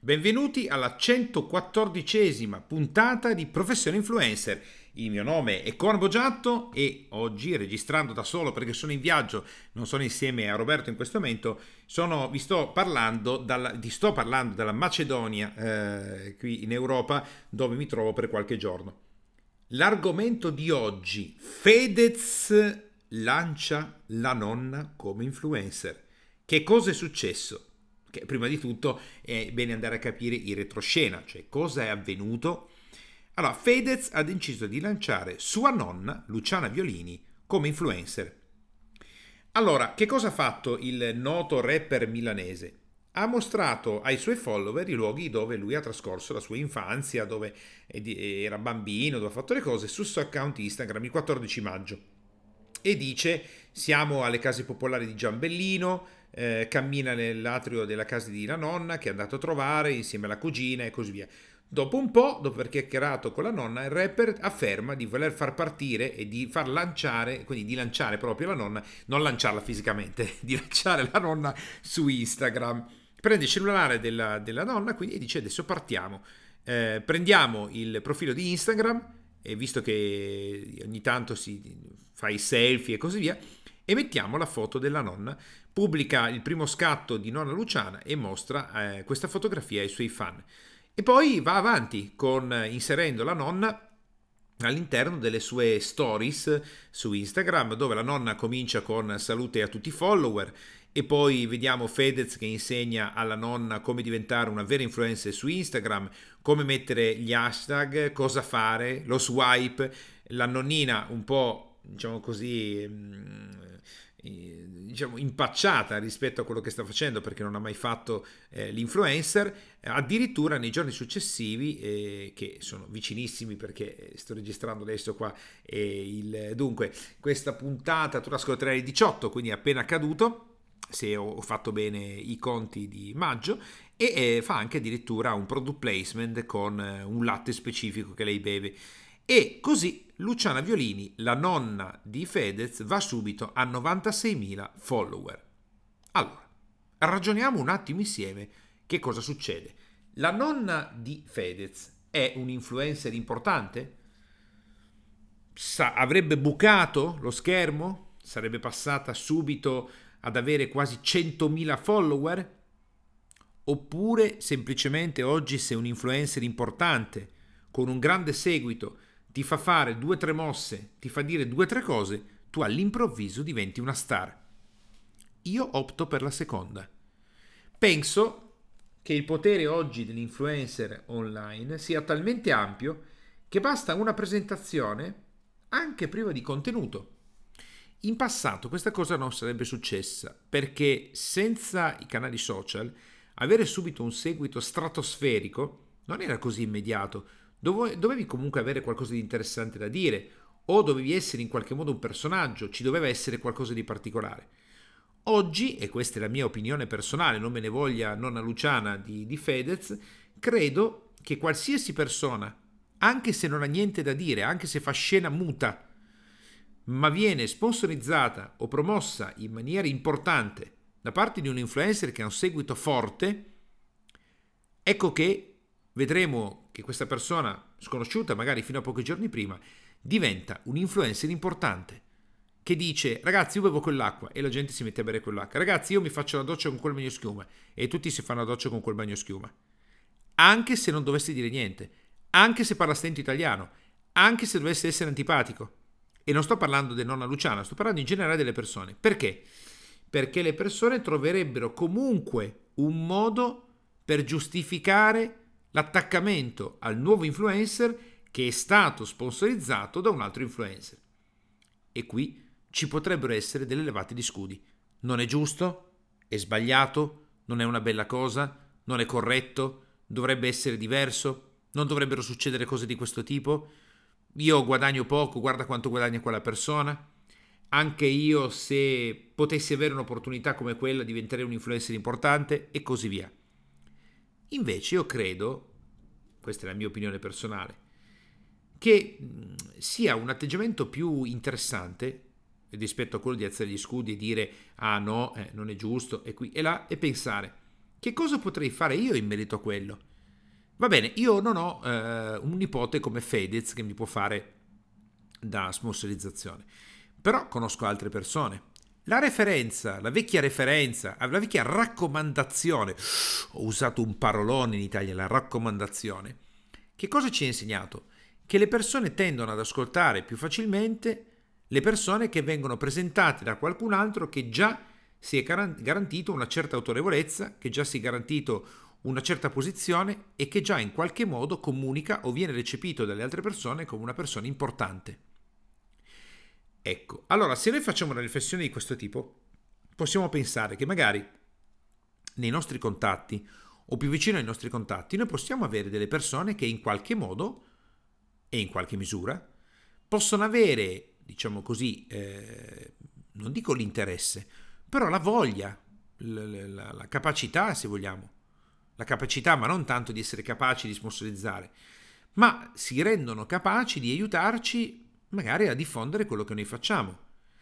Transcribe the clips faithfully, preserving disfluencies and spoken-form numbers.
Benvenuti alla centoquattordicesima puntata di Professione Influencer. Il mio nome è Corbo Giatto e oggi, registrando da solo perché sono in viaggio, non sono insieme a Roberto in questo momento, sono, vi sto parlando, dalla, ti sto parlando dalla Macedonia, eh, qui in Europa, dove mi trovo per qualche giorno. L'argomento di oggi: Fedez lancia la nonna come influencer. Che cosa è successo? Che prima di tutto è bene andare a capire il retroscena, cioè cosa è avvenuto. Allora, Fedez ha deciso di lanciare sua nonna, Luciana Violini, come influencer. Allora, che cosa ha fatto il noto rapper milanese? Ha mostrato ai suoi follower i luoghi dove lui ha trascorso la sua infanzia, dove era bambino, dove ha fatto le cose, sul suo account Instagram il quattordici maggio. E dice: siamo alle case popolari di Giambellino, eh, cammina nell'atrio della casa di la nonna che è andato a trovare insieme alla cugina e così via. Dopo un po', dopo aver chiacchierato con la nonna, il rapper afferma di voler far partire e di far lanciare, quindi di lanciare proprio la nonna, non lanciarla fisicamente, di lanciare la nonna su Instagram. Prende il cellulare della, della nonna, quindi, e dice: adesso partiamo. Eh, prendiamo il profilo di Instagram, e visto che ogni tanto si fa i selfie e così via, e mettiamo la foto della nonna. Pubblica il primo scatto di nonna Luciana e mostra eh, questa fotografia ai suoi fan. E poi va avanti con inserendo la nonna all'interno delle sue stories su Instagram, dove la nonna comincia con salute a tutti i follower, e poi vediamo Fedez che insegna alla nonna come diventare una vera influencer su Instagram, come mettere gli hashtag, cosa fare, lo swipe, la nonnina un po', diciamo così, diciamo impacciata rispetto a quello che sta facendo perché non ha mai fatto eh, l'influencer. Addirittura nei giorni successivi, eh, che sono vicinissimi perché sto registrando adesso qua, eh, il, dunque questa puntata tu l'ascolterai il diciotto, quindi è appena accaduto, se ho fatto bene i conti di maggio, e eh, fa anche addirittura un product placement con eh, un latte specifico che lei beve. E così Luciana Violini, la nonna di Fedez, va subito a novantaseimila follower. Allora, ragioniamo un attimo insieme che cosa succede. La nonna di Fedez è un influencer importante? Sa- avrebbe bucato lo schermo? Sarebbe passata subito ad avere quasi centomila follower? Oppure semplicemente oggi, se un influencer importante con un grande seguito ti fa fare due o tre mosse, ti fa dire due o tre cose, tu all'improvviso diventi una star? Io opto per la seconda. Penso che il potere oggi dell'influencer online sia talmente ampio che basta una presentazione anche priva di contenuto. In passato questa cosa non sarebbe successa perché senza i canali social avere subito un seguito stratosferico non era così immediato. Dovevi comunque avere qualcosa di interessante da dire, o dovevi essere in qualche modo un personaggio, ci doveva essere qualcosa di particolare. Oggi, e questa è la mia opinione personale, non me ne voglia nonna Luciana di, di Fedez, credo che qualsiasi persona, anche se non ha niente da dire, anche se fa scena muta, ma viene sponsorizzata o promossa in maniera importante da parte di un influencer che ha un seguito forte, ecco che vedremo che questa persona sconosciuta magari fino a pochi giorni prima diventa un influencer importante che dice: ragazzi, io bevo quell'acqua, e la gente si mette a bere quell'acqua. Ragazzi, io mi faccio la doccia con quel bagno schiuma, e tutti si fanno la doccia con quel bagno schiuma. Anche se non dovesse dire niente, anche se parla stento italiano, anche se dovesse essere antipatico. E non sto parlando di nonna Luciana, sto parlando in generale delle persone. Perché? Perché le persone troverebbero comunque un modo per giustificare l'attaccamento al nuovo influencer che è stato sponsorizzato da un altro influencer. E qui ci potrebbero essere delle levate di scudi. Non è giusto? È sbagliato? Non è una bella cosa? Non è corretto? Dovrebbe essere diverso? Non dovrebbero succedere cose di questo tipo? Io guadagno poco, guarda quanto guadagna quella persona. Anche io, se potessi avere un'opportunità come quella, diventerei un influencer importante, e così via. Invece io credo, questa è la mia opinione personale, che sia un atteggiamento più interessante rispetto a quello di alzare gli scudi e dire: ah no, eh, non è giusto, e qui e là, e pensare: Che cosa potrei fare io in merito a quello? Va bene, io non ho eh, un nipote come Fedez che mi può fare da sponsorizzazione, però conosco altre persone. La referenza, la vecchia referenza, la vecchia raccomandazione, ho usato un parolone in Italia, la raccomandazione, che cosa ci ha insegnato? Che le persone tendono ad ascoltare più facilmente le persone che vengono presentate da qualcun altro che già si è garantito una certa autorevolezza, che già si è garantito una certa posizione e che già in qualche modo comunica o viene recepito dalle altre persone come una persona importante. Ecco, allora se noi facciamo una riflessione di questo tipo, possiamo pensare che magari nei nostri contatti o più vicino ai nostri contatti noi possiamo avere delle persone che in qualche modo e in qualche misura possono avere, diciamo così, eh, non dico l'interesse, però la voglia, la, la, la capacità, se vogliamo, la capacità, ma non tanto di essere capaci di sponsorizzare, ma si rendono capaci di aiutarci magari a diffondere quello che noi facciamo.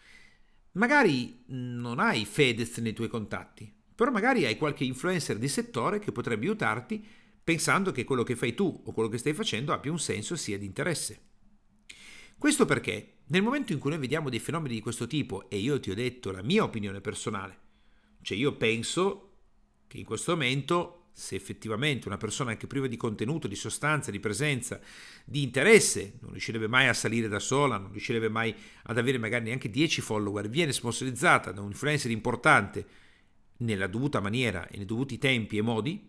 Magari non hai Fedez nei tuoi contatti, però magari hai qualche influencer di settore che potrebbe aiutarti pensando che quello che fai tu o quello che stai facendo abbia un senso e sia di interesse. Questo perché nel momento in cui noi vediamo dei fenomeni di questo tipo, e io ti ho detto la mia opinione personale, cioè io penso che in questo momento, se effettivamente una persona anche priva di contenuto, di sostanza, di presenza, di interesse, non riuscirebbe mai a salire da sola, non riuscirebbe mai ad avere magari neanche dieci follower, viene sponsorizzata da un influencer importante nella dovuta maniera e nei dovuti tempi e modi,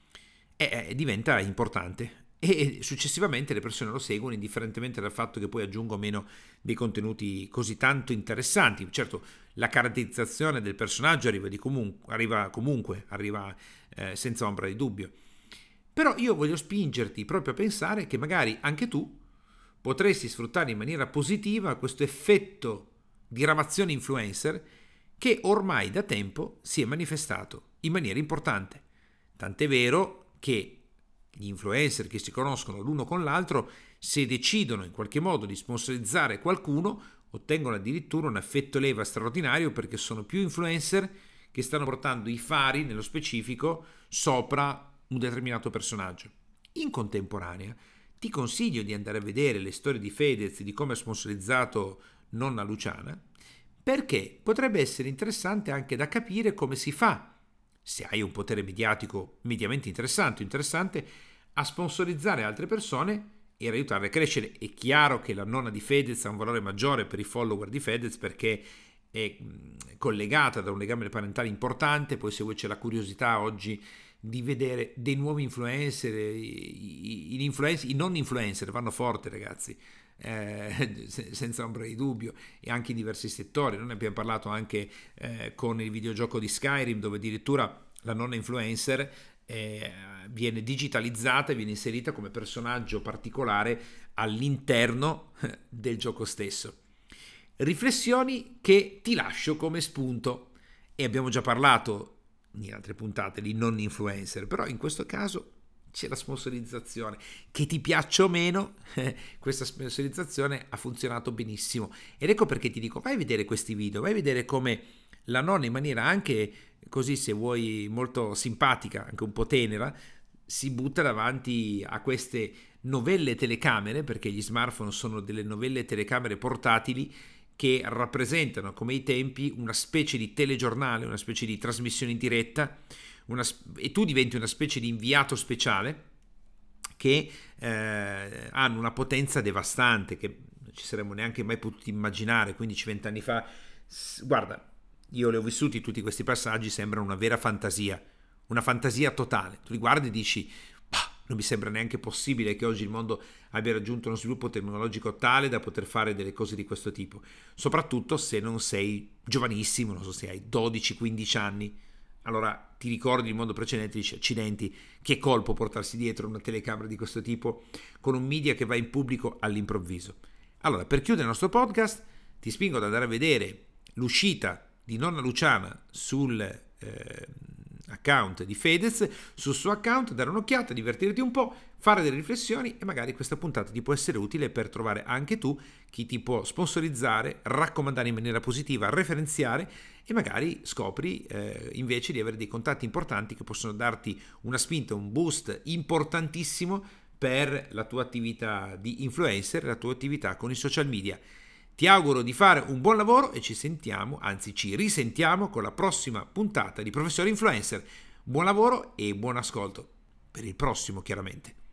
e diventa importante. E successivamente le persone lo seguono indifferentemente dal fatto che poi aggiungo o meno dei contenuti così tanto interessanti. Certo, la caratterizzazione del personaggio arriva, di comunque, arriva comunque, arriva eh, senza ombra di dubbio. Però io voglio spingerti proprio a pensare che magari anche tu potresti sfruttare in maniera positiva questo effetto di ramazione influencer che ormai da tempo si è manifestato in maniera importante. Tant'è vero che gli influencer che si conoscono l'uno con l'altro, se decidono in qualche modo di sponsorizzare qualcuno, ottengono addirittura un effetto leva straordinario perché sono più influencer che stanno portando i fari, nello specifico, sopra un determinato personaggio. In contemporanea, ti consiglio di andare a vedere le storie di Fedez di come ha sponsorizzato nonna Luciana, perché potrebbe essere interessante anche da capire come si fa, se hai un potere mediatico mediamente interessante, interessante, a sponsorizzare altre persone e ad aiutarle a crescere. È chiaro che la nonna di Fedez ha un valore maggiore per i follower di Fedez perché è collegata da un legame parentale importante, poi se vuoi c'è la curiosità oggi di vedere dei nuovi influencer, i, i, influencer, i non influencer vanno forte ragazzi, eh, senza ombra di dubbio, e anche in diversi settori. Noi ne abbiamo parlato anche eh, con il videogioco di Skyrim, dove addirittura la nonna influencer eh, viene digitalizzata e viene inserita come personaggio particolare all'interno del gioco stesso. Riflessioni che ti lascio come spunto, e abbiamo già parlato in altre puntate di non influencer, però in questo caso c'è la sponsorizzazione, che ti piaccia o meno, eh, questa sponsorizzazione ha funzionato benissimo, ed ecco perché ti dico vai a vedere questi video, vai a vedere come la nonna in maniera anche così, se vuoi, molto simpatica, anche un po' tenera, si butta davanti a queste novelle telecamere, perché gli smartphone sono delle novelle telecamere portatili che rappresentano come ai tempi una specie di telegiornale, una specie di trasmissione in diretta, una, e tu diventi una specie di inviato speciale che eh, hanno una potenza devastante che non ci saremmo neanche mai potuti immaginare quindici venti anni fa. Guarda, io li ho vissuti tutti questi passaggi, sembrano una vera fantasia, una fantasia totale. Tu li guardi e dici non mi sembra neanche possibile che oggi il mondo abbia raggiunto uno sviluppo tecnologico tale da poter fare delle cose di questo tipo, soprattutto se non sei giovanissimo, non so se hai dodici quindici anni. Allora ti ricordi il mondo precedente e dici accidenti, che colpo portarsi dietro una telecamera di questo tipo con un media che va in pubblico all'improvviso. Allora, per chiudere il nostro podcast ti spingo ad andare a vedere l'uscita di nonna Luciana sul eh, account di Fedez, sul suo account, dare un'occhiata, divertirti un po', fare delle riflessioni e magari questa puntata ti può essere utile per trovare anche tu chi ti può sponsorizzare, raccomandare in maniera positiva, referenziare e magari scopri eh, invece di avere dei contatti importanti che possono darti una spinta, un boost importantissimo per la tua attività di influencer, la tua attività con i social media. Ti auguro di fare un buon lavoro e ci sentiamo, anzi ci risentiamo con la prossima puntata di Professore Influencer. Buon lavoro e buon ascolto per il prossimo, chiaramente.